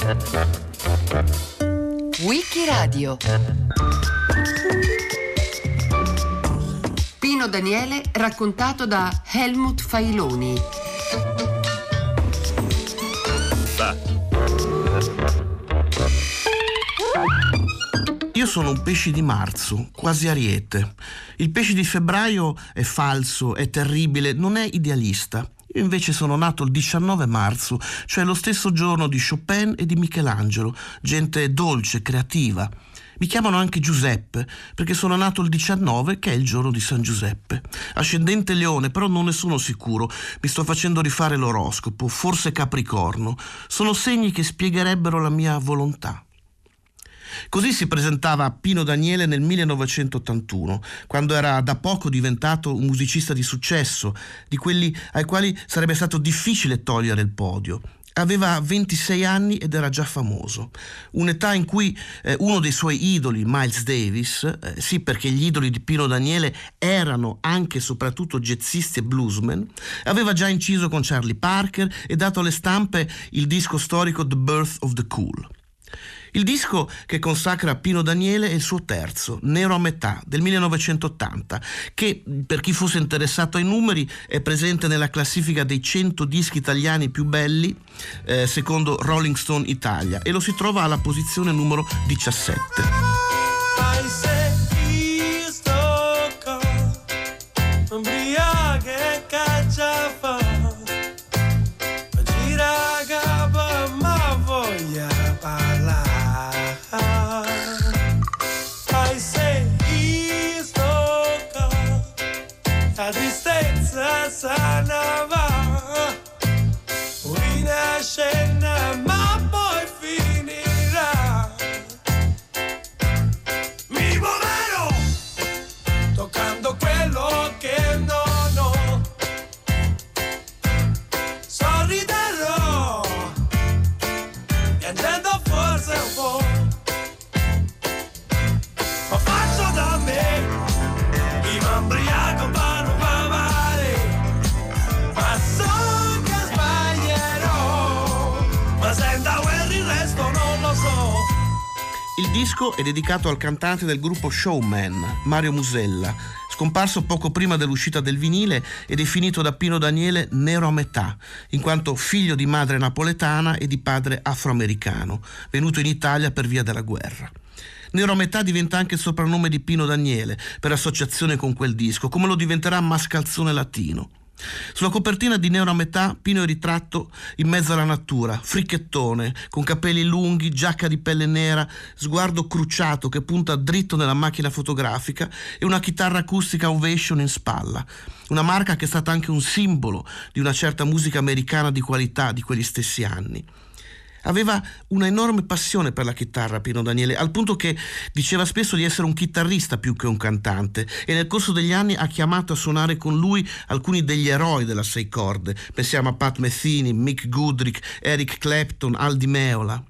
Wikiradio. Pino Daniele raccontato da Helmut Failoni. Io sono un pesce di marzo, quasi Ariete. Il pesce di febbraio è falso, è terribile, non è idealista. Io invece sono nato il 19 marzo, cioè lo stesso giorno di Chopin e di Michelangelo, gente dolce, creativa. Mi chiamano anche Giuseppe, perché sono nato il 19, che è il giorno di San Giuseppe. Ascendente Leone, però non ne sono sicuro. Mi sto facendo rifare l'oroscopo, forse Capricorno. Sono segni che spiegherebbero la mia volontà. Così si presentava Pino Daniele nel 1981, quando era da poco diventato un musicista di successo, di quelli ai quali sarebbe stato difficile togliere il podio. Aveva 26 anni ed era già famoso. Un'età in cui uno dei suoi idoli, Miles Davis, sì, perché gli idoli di Pino Daniele erano anche e soprattutto jazzisti e bluesmen, aveva già inciso con Charlie Parker e dato alle stampe il disco storico The Birth of the Cool. Il disco che consacra Pino Daniele è il suo terzo, Nero a metà, del 1980, che, per chi fosse interessato ai numeri, è presente nella classifica dei 100 dischi italiani più belli, secondo Rolling Stone Italia, e lo si trova alla posizione numero 17. La tristezza sana va, una scena ma poi finirà. Mi muoverò, toccando quello che non ho. Sorriderò, piangendo forse un po'. Ma faccio da me, mi m'ambriaco ma non va male. Ma so che sbaglierò, ma senza quel il resto non lo so. Il disco è dedicato al cantante del gruppo Showman, Mario Musella, scomparso poco prima dell'uscita del vinile e definito da Pino Daniele nero a metà, in quanto figlio di madre napoletana e di padre afroamericano, venuto in Italia per via della guerra. Nero a metà diventa anche il soprannome di Pino Daniele, per associazione con quel disco, come lo diventerà Mascalzone Latino. Sulla copertina di Nero a metà, Pino è ritratto in mezzo alla natura, fricchettone, con capelli lunghi, giacca di pelle nera, sguardo crucciato che punta dritto nella macchina fotografica e una chitarra acustica Ovation in spalla. Una marca che è stata anche un simbolo di una certa musica americana di qualità di quegli stessi anni. Aveva una enorme passione per la chitarra Pino Daniele, al punto che diceva spesso di essere un chitarrista più che un cantante, e nel corso degli anni ha chiamato a suonare con lui alcuni degli eroi della sei corde. Pensiamo a Pat Metheny, Mick Goodrick, Eric Clapton, Al Di Meola.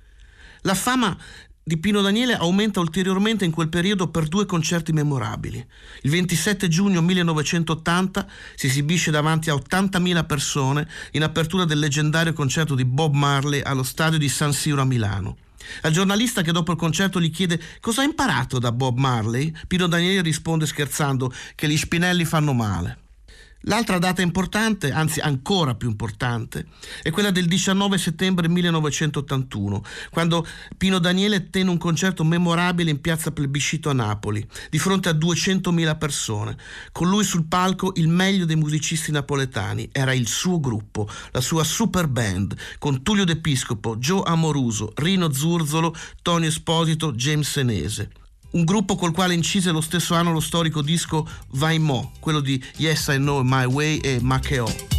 La fama di Pino Daniele aumenta ulteriormente in quel periodo per due concerti memorabili. Il 27 giugno 1980 si esibisce davanti a 80.000 persone in apertura del leggendario concerto di Bob Marley allo stadio di San Siro a Milano. Al giornalista che dopo il concerto gli chiede cosa ha imparato da Bob Marley, Pino Daniele risponde scherzando che gli spinelli fanno male. L'altra data importante, anzi ancora più importante, è quella del 19 settembre 1981, quando Pino Daniele tenne un concerto memorabile in piazza Plebiscito a Napoli, di fronte a 200.000 persone. Con lui sul palco il meglio dei musicisti napoletani, era il suo gruppo, la sua super band, con Tullio De Piscopo, Joe Amoruso, Rino Zurzolo, Tonio Esposito, James Senese. Un gruppo col quale incise lo stesso anno lo storico disco Vai Mo, quello di Yes I Know My Way e Macchio.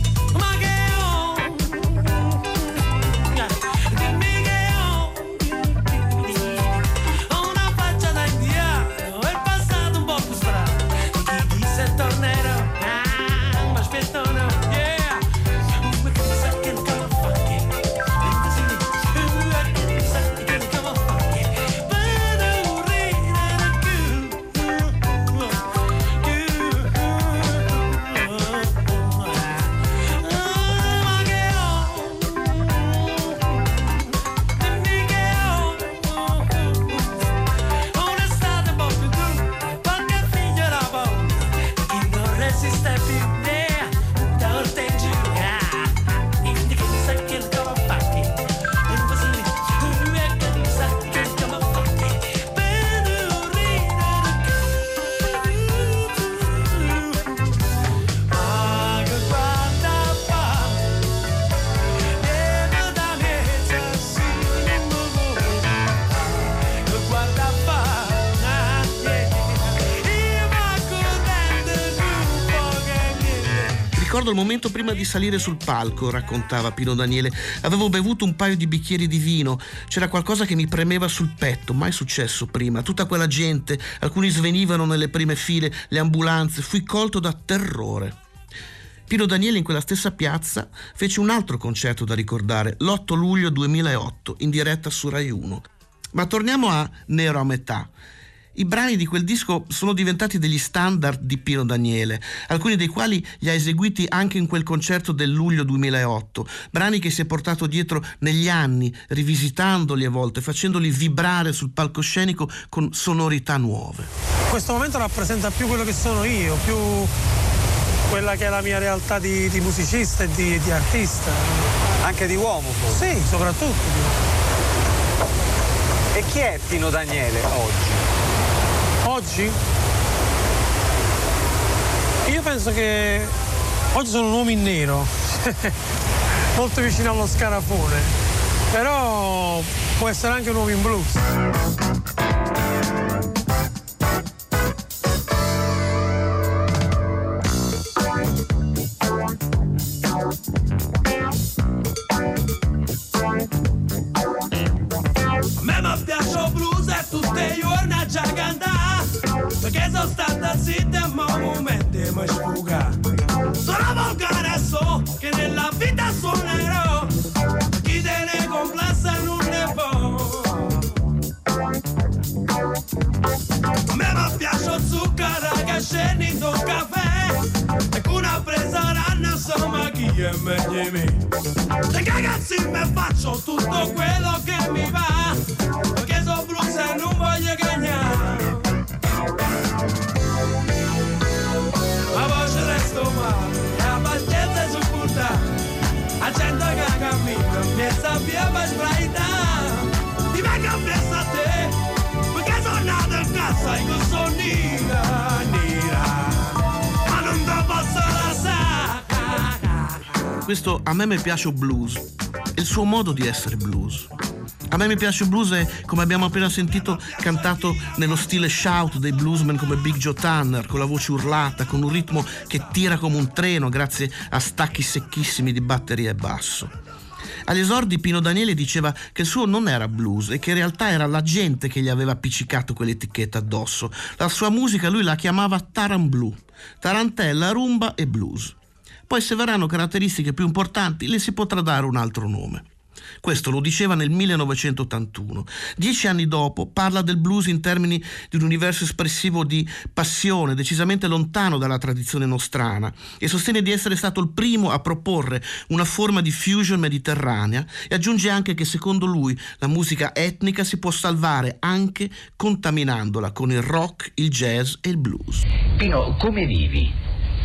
Ricordo il momento prima di salire sul palco, raccontava Pino Daniele. Avevo bevuto un paio di bicchieri di vino, c'era qualcosa che mi premeva sul petto, mai successo prima. Tutta quella gente, alcuni svenivano nelle prime file, le ambulanze, fui colto da terrore. Pino Daniele in quella stessa piazza fece un altro concerto da ricordare, l'8 luglio 2008, in diretta su Rai 1. Ma torniamo a Nero a metà. I brani di quel disco sono diventati degli standard di Pino Daniele, alcuni dei quali li ha eseguiti anche in quel concerto del luglio 2008, brani che si è portato dietro negli anni, rivisitandoli a volte, facendoli vibrare sul palcoscenico con sonorità nuove. Questo momento rappresenta più quello che sono io, più quella che è la mia realtà di musicista e di artista. Anche di uomo forse? Sì, soprattutto. E chi è Pino Daniele oggi? Oggi? Io penso che oggi sono un uomo in nero, molto vicino allo scarafone, però può essere anche un uomo in blues. A me mi piace il blues e tutte i giorni a già cantare, perché sono stata zitta e ma momenti mi sfuga. Sono volgare so che nella vita suonerò, chi te ne complessa non ne può. A me mi piace il zucchero che scende in tuo caffè, e con una presa ranna insomma chi è meglio di me. Se cagazzi mi faccio tutto quello che mi va, perché sono blues e non voglio cagnare. Ma voce resto male, e la pazienza è supportata, la gente che cammina, piazza via per sbraitare. Ti vengo a pensare a te, perché sono nato in casa e con sono nera, ma non te posso lasciare. Questo A me mi piace il blues, è il suo modo di essere blues. A me mi piace il blues è, come abbiamo appena sentito, cantato nello stile shout dei bluesmen come Big Joe Turner, con la voce urlata, con un ritmo che tira come un treno grazie a stacchi secchissimi di batteria e basso. Agli esordi Pino Daniele diceva che il suo non era blues e che in realtà era la gente che gli aveva appiccicato quell'etichetta addosso. La sua musica lui la chiamava Taran Blu, tarantella, rumba e blues. Poi se verranno caratteristiche più importanti le si potrà dare un altro nome. Questo lo diceva nel 1981. 10 anni dopo parla del blues in termini di un universo espressivo di passione, decisamente lontano dalla tradizione nostrana, e sostiene di essere stato il primo a proporre una forma di fusion mediterranea, e aggiunge anche che secondo lui la musica etnica si può salvare anche contaminandola con il rock, il jazz e il blues. Pino, come vivi?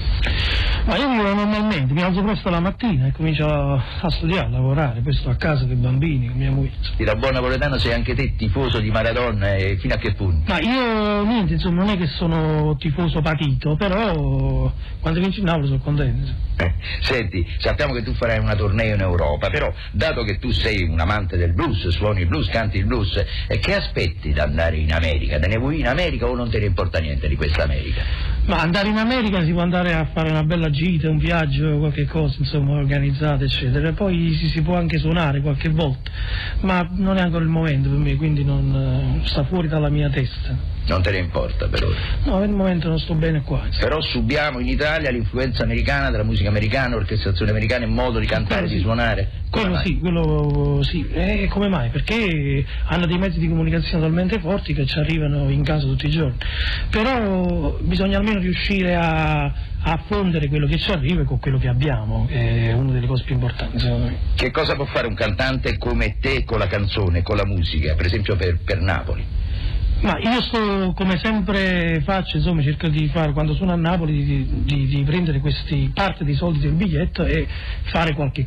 Ma io vivo normalmente, mi alzo presto la mattina e comincio a studiare, a lavorare, poi sto a casa con i bambini, con mia moglie. Da buon napoletano sei anche te tifoso di Maradona, e fino a che punto? Ma io niente, insomma, non è che sono tifoso patito, però quando vinci il Napoli sono contento. Senti, sappiamo che tu farai una tournée in Europa, però dato che tu sei un amante del blues, suoni il blues, canti il blues, che aspetti da andare in America? Te ne vuoi in America o non te ne importa niente di questa America? Ma andare in America si può andare a fare una bella gita, un viaggio, qualche cosa, insomma, organizzata, eccetera. Poi si può anche suonare qualche volta, ma non è ancora il momento per me, quindi non sta fuori dalla mia testa. Non te ne importa per ora? No, per il momento non sto bene qua. Però subiamo in Italia l'influenza americana, della musica americana, orchestrazione americana, il modo di cantare, di suonare? Quello sì. E come mai? Perché hanno dei mezzi di comunicazione talmente forti che ci arrivano in casa tutti i giorni. Però bisogna almeno riuscire a fondere quello che ci arriva con quello che abbiamo, è una delle cose più importanti secondo me. Che cosa può fare un cantante come te con la canzone, con la musica, per esempio per Napoli? Ma io sto, come sempre faccio, insomma, cerco di fare, quando sono a Napoli, di prendere parte dei soldi del biglietto e fare qualche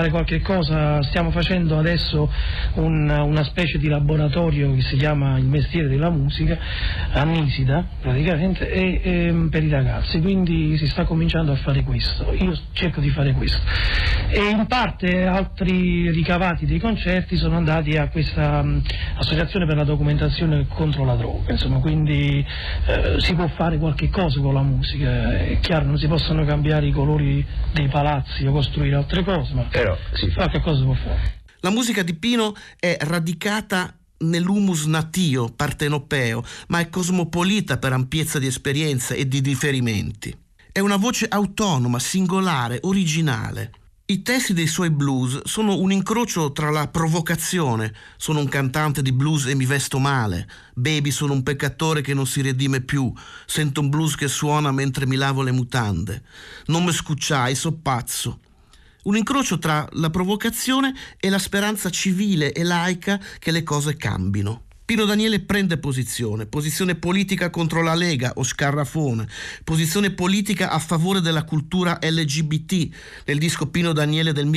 cosa. Stiamo facendo adesso una specie di laboratorio che si chiama Il mestiere della musica, a Nisida, praticamente, per i ragazzi, quindi si sta cominciando a fare questo. Io cerco di fare questo. E in parte altri ricavati dei concerti sono andati a questa associazione per la documentazione contro contro la droga, insomma, quindi si può fare qualche cosa con la musica, è chiaro, non si possono cambiare i colori dei palazzi o costruire altre cose, ma però qualche cosa si può fare. La musica di Pino è radicata nell'humus natio partenopeo, ma è cosmopolita per ampiezza di esperienze e di riferimenti. È una voce autonoma, singolare, originale. I testi dei suoi blues sono un incrocio tra la provocazione, sono un cantante di blues e mi vesto male, baby sono un peccatore che non si redime più, sento un blues che suona mentre mi lavo le mutande, non me scucciai, so pazzo. Un incrocio tra la provocazione e la speranza civile e laica che le cose cambino. Pino Daniele prende posizione politica contro la Lega o Scarrafone, posizione politica a favore della cultura LGBT nel disco Pino Daniele del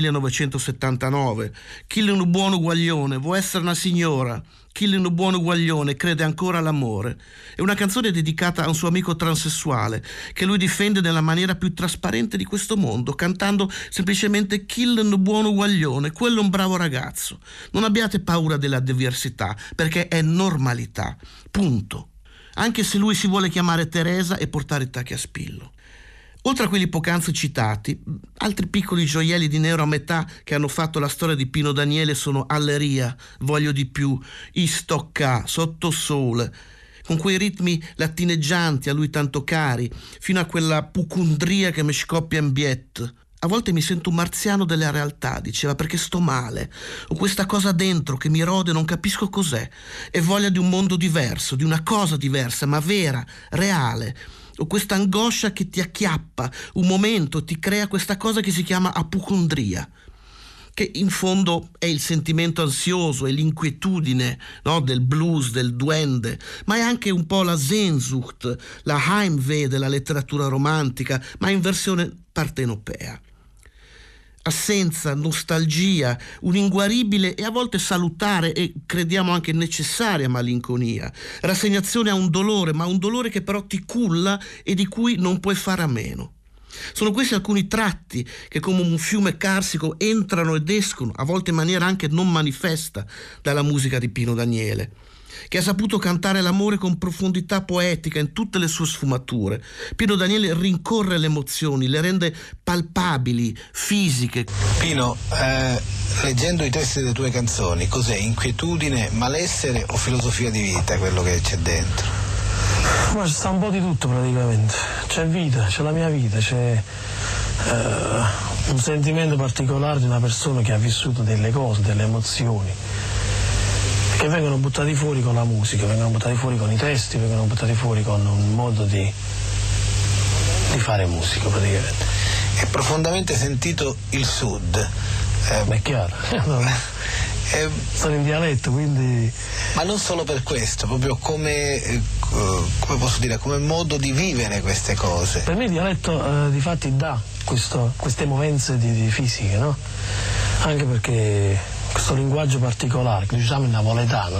1979. Chi è un buono guaglione, vuoi essere una signora? Chi è un buono guaglione crede ancora all'amore. È una canzone dedicata a un suo amico transessuale che lui difende nella maniera più trasparente di questo mondo, cantando semplicemente chi è un buono guaglione, quello è un bravo ragazzo. Non abbiate paura della diversità, perché è normalità. Punto. Anche se lui si vuole chiamare Teresa e portare i tacchi a spillo. Oltre a quelli poc'anzi citati, altri piccoli gioielli di nero a metà che hanno fatto la storia di Pino Daniele sono Alleria, Voglio di più, Istocca, Sottosole, con quei ritmi latineggianti a lui tanto cari, fino a quella pucundria che mi scoppia in biet. A volte mi sento un marziano della realtà, diceva, perché sto male. Ho questa cosa dentro che mi rode, non capisco cos'è. E voglia di un mondo diverso, di una cosa diversa, ma vera, reale. Ho questa angoscia che ti acchiappa, un momento ti crea questa cosa che si chiama apocondria, che in fondo è il sentimento ansioso, è l'inquietudine, no, del blues, del duende, ma è anche un po' la Sehnsucht, la Heimweh della letteratura romantica, ma in versione partenopea. Assenza, nostalgia, un'inguaribile e a volte salutare e crediamo anche necessaria malinconia, rassegnazione a un dolore, ma un dolore che però ti culla e di cui non puoi fare a meno. Sono questi alcuni tratti che come un fiume carsico entrano ed escono, a volte in maniera anche non manifesta, dalla musica di Pino Daniele, che ha saputo cantare l'amore con profondità poetica in tutte le sue sfumature. Pino Daniele rincorre le emozioni, le rende palpabili, fisiche. Pino, leggendo i testi delle tue canzoni, cos'è? Inquietudine, malessere o filosofia di vita quello che c'è dentro? Ma c'è sta un po' di tutto praticamente. C'è vita, c'è la mia vita, c'è un sentimento particolare di una persona che ha vissuto delle cose, delle emozioni, che vengono buttati fuori con la musica, vengono buttati fuori con i testi, vengono buttati fuori con un modo di fare musica praticamente. È profondamente sentito il sud. È chiaro, sono in dialetto, quindi... Ma non solo per questo, proprio come posso dire, come modo di vivere queste cose. Per me il dialetto difatti dà queste movenze di fisiche, no? Anche perché questo linguaggio particolare, che diciamo il napoletano,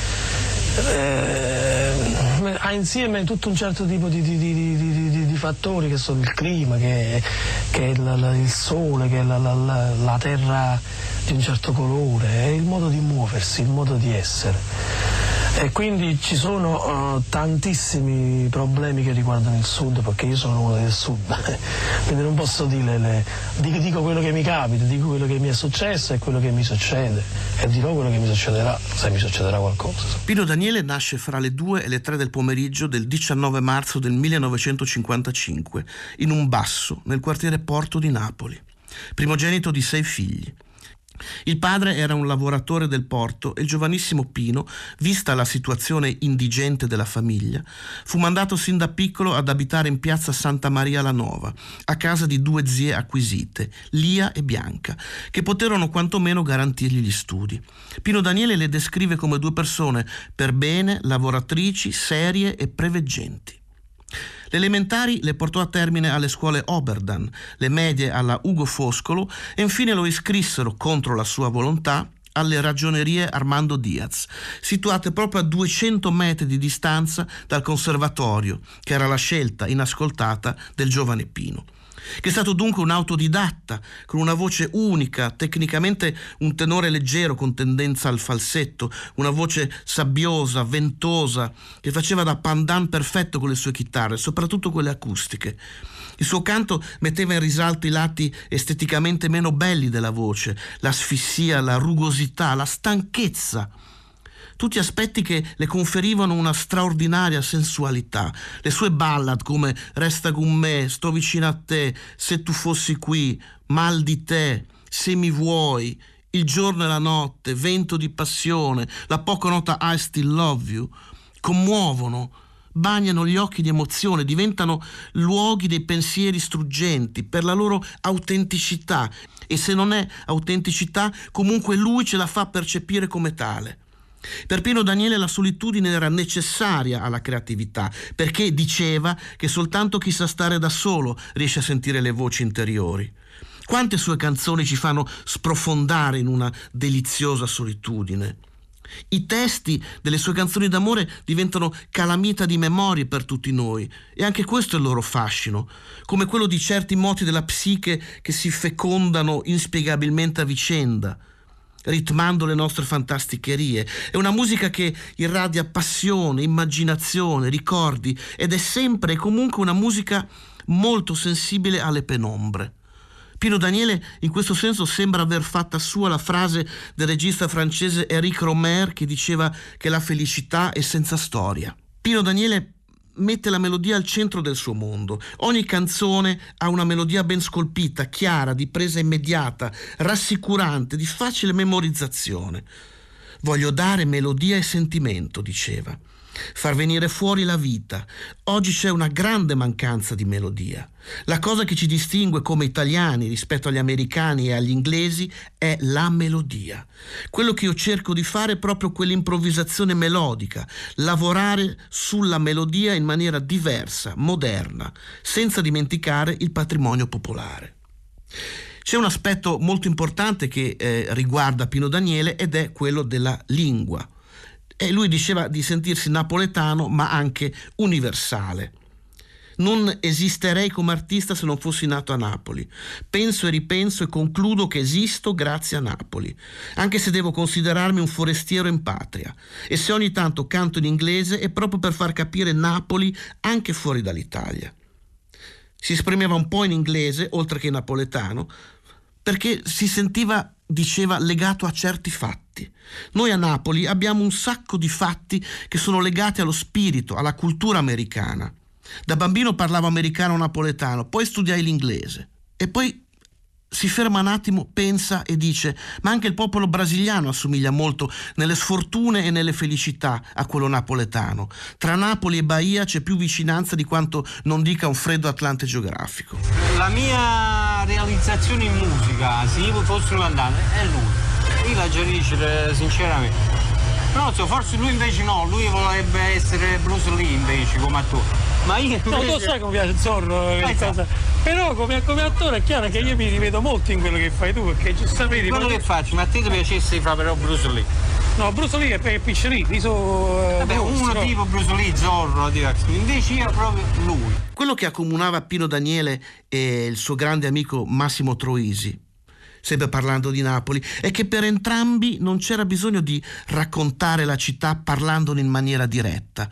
ha insieme tutto un certo tipo di fattori che sono il clima, che è il sole, che è la terra di un certo colore, è il modo di muoversi, il modo di essere. E quindi ci sono tantissimi problemi che riguardano il sud, perché io sono uno del sud, quindi non posso dire, dico quello che mi capita, dico quello che mi è successo e quello che mi succede, e dirò quello che mi succederà, se mi succederà qualcosa. Pino Daniele nasce fra le 2 e le 3 del pomeriggio del 19 marzo del 1955 in un basso nel quartiere Porto di Napoli, primogenito di 6 figli. Il padre era un lavoratore del porto e il giovanissimo Pino, vista la situazione indigente della famiglia, fu mandato sin da piccolo ad abitare in piazza Santa Maria la Nova, a casa di 2 zie acquisite, Lia e Bianca, che poterono quantomeno garantirgli gli studi. Pino Daniele le descrive come 2 persone per bene, lavoratrici, serie e preveggenti. Le elementari le portò a termine alle scuole Oberdan, le medie alla Ugo Foscolo e infine lo iscrissero, contro la sua volontà, alle ragionerie Armando Diaz, situate proprio a 200 metri di distanza dal conservatorio, che era la scelta inascoltata del giovane Pino. che è stato dunque un autodidatta, con una voce unica, tecnicamente un tenore leggero con tendenza al falsetto, una voce sabbiosa, ventosa, che faceva da pandan perfetto con le sue chitarre, soprattutto quelle acustiche. Il suo canto metteva in risalto i lati esteticamente meno belli della voce, l'asfissia, la rugosità, la stanchezza. Tutti aspetti che le conferivano una straordinaria sensualità. Le sue ballad come Resta con me, Sto vicino a te, Se tu fossi qui, Mal di te, Se mi vuoi, Il giorno e la notte, Vento di passione, la poco nota I Still Love You, commuovono, bagnano gli occhi di emozione, diventano luoghi dei pensieri struggenti per la loro autenticità, e se non è autenticità, comunque lui ce la fa percepire come tale. Per Pino Daniele la solitudine era necessaria alla creatività, perché diceva che soltanto chi sa stare da solo riesce a sentire le voci interiori. Quante sue canzoni ci fanno sprofondare in una deliziosa solitudine. I testi delle sue canzoni d'amore diventano calamita di memorie per tutti noi, e anche questo è il loro fascino, come quello di certi moti della psiche che si fecondano inspiegabilmente a vicenda, ritmando le nostre fantasticherie. È una musica che irradia passione, immaginazione, ricordi, ed è sempre e comunque una musica molto sensibile alle penombre. Pino Daniele in questo senso sembra aver fatta sua la frase del regista francese Éric Rohmer, che diceva che la felicità è senza storia. Pino Daniele mette la melodia al centro del suo mondo. Ogni canzone ha una melodia ben scolpita, chiara, di presa immediata, rassicurante, di facile memorizzazione. Voglio dare melodia e sentimento, diceva, far venire fuori la vita. Oggi c'è una grande mancanza di melodia. La cosa che ci distingue come italiani rispetto agli americani e agli inglesi è la melodia. Quello che io cerco di fare è proprio quell'improvvisazione melodica, lavorare sulla melodia in maniera diversa, moderna, senza dimenticare il patrimonio popolare. C'è un aspetto molto importante che riguarda Pino Daniele, ed è quello della lingua. E lui diceva di sentirsi napoletano, ma anche universale. Non esisterei come artista se non fossi nato a Napoli. Penso e ripenso e concludo che esisto grazie a Napoli, anche se devo considerarmi un forestiero in patria. E se ogni tanto canto in inglese è proprio per far capire Napoli anche fuori dall'Italia. Si esprimeva un po' in inglese, oltre che in napoletano, perché si sentiva, diceva, legato a certi fatti. Noi a Napoli abbiamo un sacco di fatti che sono legati allo spirito, alla cultura americana. Da bambino parlavo americano napoletano, poi studiai l'inglese e poi si ferma un attimo, pensa e dice: ma anche il popolo brasiliano assomiglia molto nelle sfortune e nelle felicità a quello napoletano. Tra Napoli e Bahia c'è più vicinanza di quanto non dica un freddo Atlante geografico. La mia realizzazione in musica, se io fossi un cantante, è lui. Io la giudice sinceramente. Non so, forse lui invece no, lui vorrebbe essere Bruce Lee invece come attore. Ma io invece... No, tu sai come piace il Zorro, però come attore è chiaro che io mi rivedo molto in quello che fai tu, perché giustamente... Quello che faccio, ma a te ti piacesse fare però Bruce Lee? No, Bruce Lee è piccerino, io sono... Vabbè, uno tipo Bruce Lee, Zorro, diverso. Invece io proprio lui. Quello che accomunava Pino Daniele e il suo grande amico Massimo Troisi, sempre parlando di Napoli, è che per entrambi non c'era bisogno di raccontare la città parlandone in maniera diretta.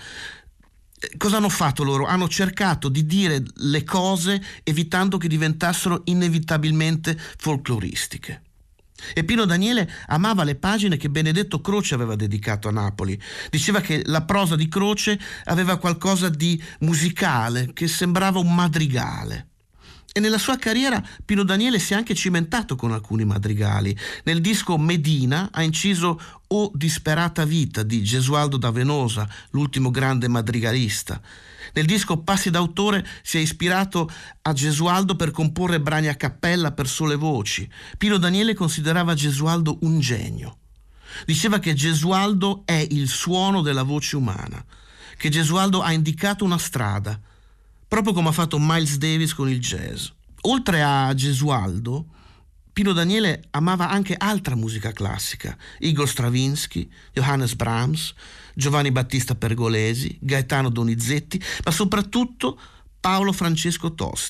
Cosa hanno fatto loro? Hanno cercato di dire le cose evitando che diventassero inevitabilmente folcloristiche. E Pino Daniele amava le pagine che Benedetto Croce aveva dedicato a Napoli. Diceva che la prosa di Croce aveva qualcosa di musicale, che sembrava un madrigale. E nella sua carriera Pino Daniele si è anche cimentato con alcuni madrigali. Nel disco Medina ha inciso O disperata vita di Gesualdo da Venosa, l'ultimo grande madrigalista. Nel disco Passi d'autore si è ispirato a Gesualdo per comporre brani a cappella per sole voci. Pino Daniele considerava Gesualdo un genio. Diceva che Gesualdo è il suono della voce umana, che Gesualdo ha indicato una strada, proprio come ha fatto Miles Davis con il jazz. Oltre a Gesualdo, Pino Daniele amava anche altra musica classica: Igor Stravinsky, Johannes Brahms, Giovanni Battista Pergolesi, Gaetano Donizetti, ma soprattutto Paolo Francesco Tosti,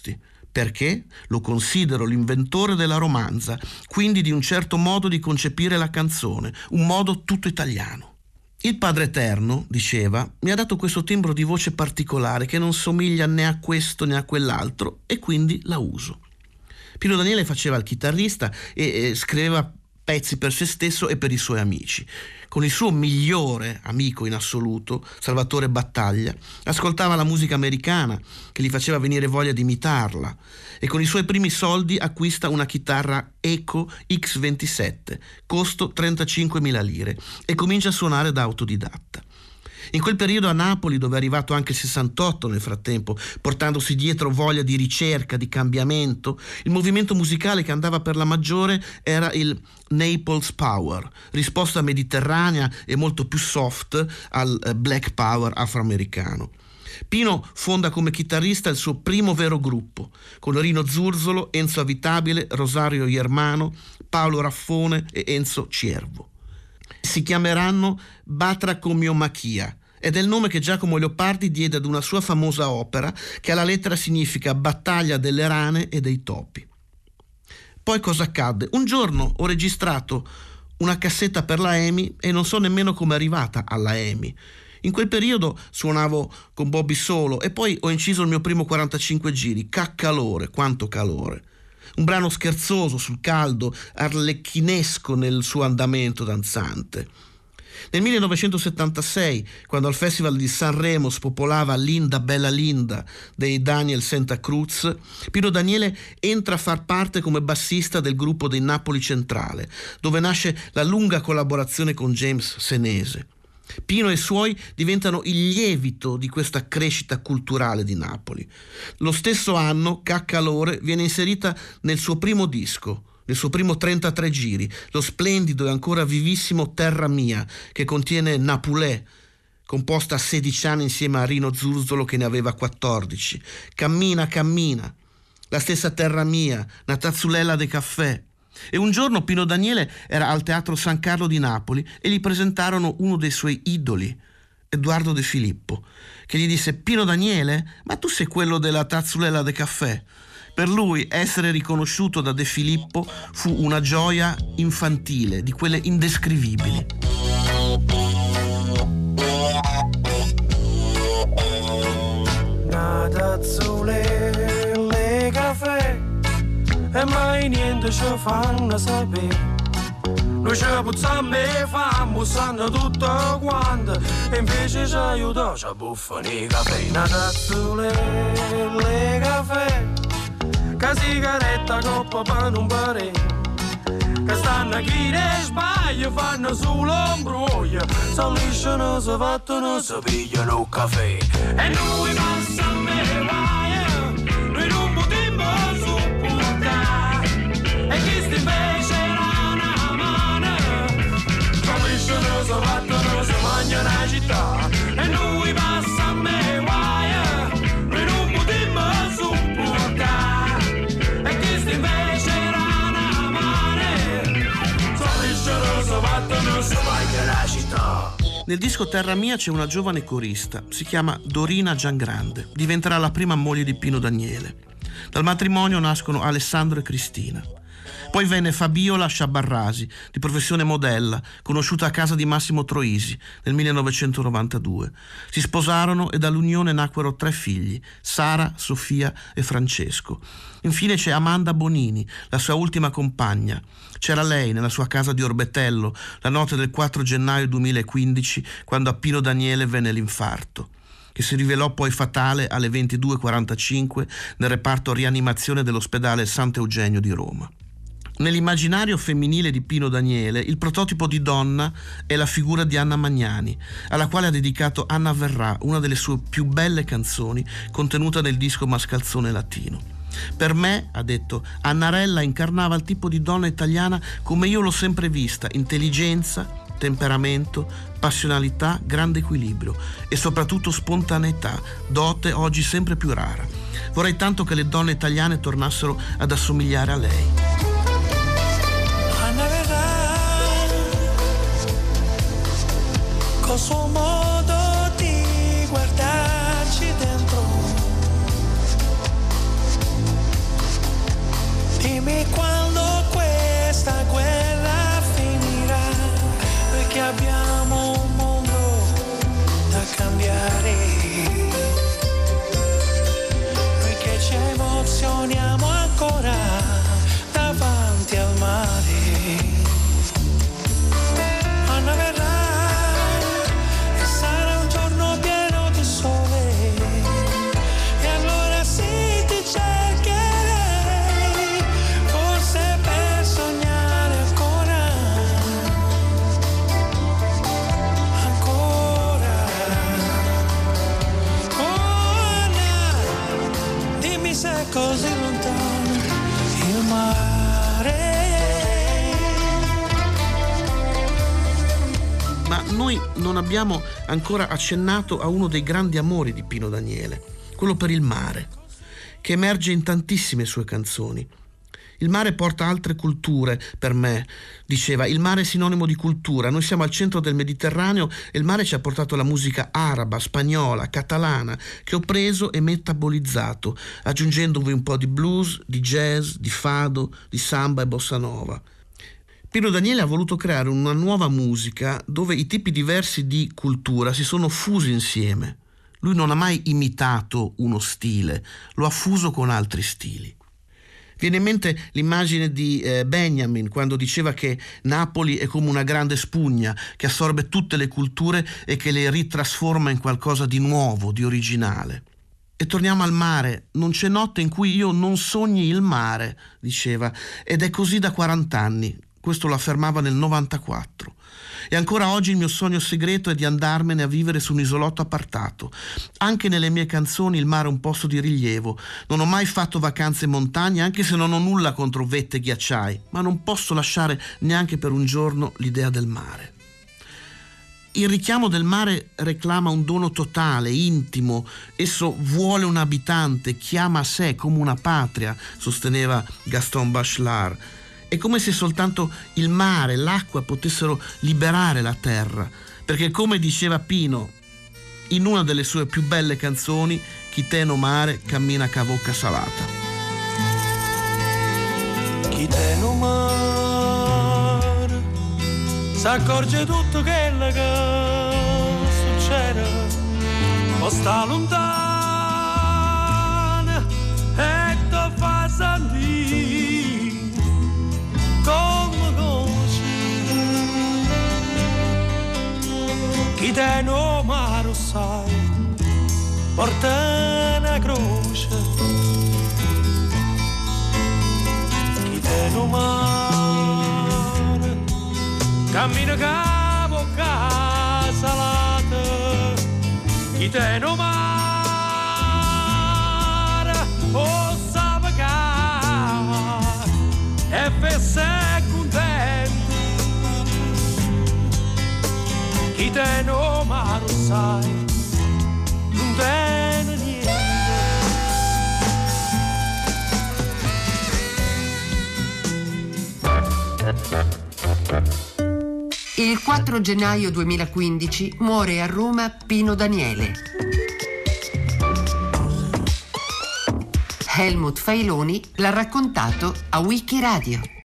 perché lo considero l'inventore della romanza, quindi di un certo modo di concepire la canzone, un modo tutto italiano. Il Padre Eterno, diceva, mi ha dato questo timbro di voce particolare che non somiglia né a questo né a quell'altro e quindi la uso. Pino Daniele faceva il chitarrista e scriveva pezzi per se stesso e per i suoi amici. Con il suo migliore amico in assoluto, Salvatore Battaglia, ascoltava la musica americana che gli faceva venire voglia di imitarla e con i suoi primi soldi acquista una chitarra Eco X27, costo 35.000 lire e comincia a suonare da autodidatta. In quel periodo a Napoli, dove è arrivato anche il 68 nel frattempo, portandosi dietro voglia di ricerca, di cambiamento, il movimento musicale che andava per la maggiore era il Naples Power, risposta mediterranea e molto più soft al Black Power afroamericano. Pino fonda come chitarrista il suo primo vero gruppo, con Rino Zurzolo, Enzo Avitabile, Rosario Iermano, Paolo Raffone e Enzo Ciervo. Si chiameranno Batracomiomachia ed è il nome che Giacomo Leopardi diede ad una sua famosa opera che alla lettera significa battaglia delle rane e dei topi. Poi cosa accadde? Un giorno ho registrato una cassetta per la EMI e non so nemmeno come è arrivata alla EMI. In quel periodo suonavo con Bobby solo e poi ho inciso il mio primo 45 giri, Calore, quanto calore. Un brano scherzoso sul caldo, arlecchinesco nel suo andamento danzante. Nel 1976, quando al Festival di Sanremo spopolava Linda Bella Linda dei Daniel Santa Cruz, Pino Daniele entra a far parte come bassista del gruppo dei Napoli Centrale, dove nasce la lunga collaborazione con James Senese. Pino e i suoi diventano il lievito di questa crescita culturale di Napoli. Lo stesso anno Caccalore viene inserita nel suo primo disco, nel suo primo 33 giri, lo splendido e ancora vivissimo Terra Mia, che contiene Napulè, composta a 16 anni insieme a Rino Zurzolo che ne aveva 14. Cammina, cammina, la stessa Terra Mia, una tazzulella de caffè. E un giorno Pino Daniele era al Teatro San Carlo di Napoli e gli presentarono uno dei suoi idoli, Edoardo De Filippo, che gli disse: Pino Daniele, ma tu sei quello della tazzulella de caffè. Per lui essere riconosciuto da De Filippo fu una gioia infantile, di quelle indescrivibili. Una tazzulella de caffè e mai niente ci fanno sapere. Noi ci puzziamo e famo, sanno tutto quanto, e invece ci aiuta, ci buffano i caffè. Una tazzulella de caffè, che sigaretta coppa per non pare, che stanno chi ne sbaglia, fanno solo imbroglio, si lisciano, si fattono, si pigliano il caffè. E noi passiamo e vai, noi non potremmo sopportare, e chi sta invece era una mano, si lisciano, si fattono, si mangiano la città. E noi passiamo e vai, noi non potremmo sopportare, e chi sta invece era una mano, si lisciano, si fattono, si mangiano la città. Nel disco Terra Mia c'è una giovane corista, si chiama Dorina Giangrande, diventerà la prima moglie di Pino Daniele. Dal matrimonio nascono Alessandro e Cristina. Poi venne Fabiola Sciabarrasi, di professione modella, conosciuta a casa di Massimo Troisi nel 1992. Si sposarono e dall'unione nacquero 3 figli, Sara, Sofia e Francesco. Infine c'è Amanda Bonini, la sua ultima compagna. C'era lei nella sua casa di Orbetello la notte del 4 gennaio 2015, quando a Pino Daniele venne l'infarto, che si rivelò poi fatale alle 22:45 nel reparto rianimazione dell'ospedale Sant'Eugenio di Roma. Nell'immaginario femminile di Pino Daniele, il prototipo di donna è la figura di Anna Magnani, alla quale ha dedicato Anna Verrà, una delle sue più belle canzoni contenuta nel disco Mascalzone Latino. Per me, ha detto, Annarella incarnava il tipo di donna italiana come io l'ho sempre vista: intelligenza, temperamento, passionalità, grande equilibrio e soprattutto spontaneità, dote oggi sempre più rara. Vorrei tanto che le donne italiane tornassero ad assomigliare a lei. Col suo modo di guardarci dentro, che abbiamo un mondo da cambiare. Noi che ci emozioniamo ancora davanti al mare. Anna verrà e sarà un giorno pieno di sole, e allora sì ti cercherei, forse per sognare ancora, dimmi se è così lontano il mare. Ma noi non abbiamo ancora accennato a uno dei grandi amori di Pino Daniele, quello per il mare, che emerge in tantissime sue canzoni. Il mare porta altre culture per me, diceva, il mare è sinonimo di cultura, noi siamo al centro del Mediterraneo e il mare ci ha portato la musica araba, spagnola, catalana, che ho preso e metabolizzato, aggiungendovi un po' di blues, di jazz, di fado, di samba e bossa nova. Pino Daniele ha voluto creare una nuova musica dove i tipi diversi di cultura si sono fusi insieme. Lui non ha mai imitato uno stile, lo ha fuso con altri stili. Viene in mente l'immagine di Benjamin quando diceva che Napoli è come una grande spugna che assorbe tutte le culture e che le ritrasforma in qualcosa di nuovo, di originale. E torniamo al mare. Non c'è notte in cui io non sogni il mare, diceva, ed è così da 40 anni. Questo lo affermava nel 94. E ancora oggi il mio sogno segreto è di andarmene a vivere su un isolotto appartato. Anche nelle mie canzoni il mare è un posto di rilievo. Non ho mai fatto vacanze in montagna, anche se non ho nulla contro vette e ghiacciai, ma non posso lasciare neanche per un giorno l'idea del mare. Il richiamo del mare reclama un dono totale, intimo. Esso vuole un abitante, chiama a sé come una patria, sosteneva Gaston Bachelard. È come se soltanto il mare, l'acqua potessero liberare la terra, perché come diceva Pino in una delle sue più belle canzoni, chi te no mare cammina ca bocca salata. Chi te no mare s'accorge tutto quello che succede, o sta lontana e ti fa sentire come conosci. Chi te no mare sai porta una croce, chi te no mare cammina ca bocca salata, chi te no mare o sa pagare e fesse contento, chi te no mare sai non tiene niente. Il 4 gennaio 2015 muore a Roma Pino Daniele. Helmut Failoni l'ha raccontato a Wikiradio.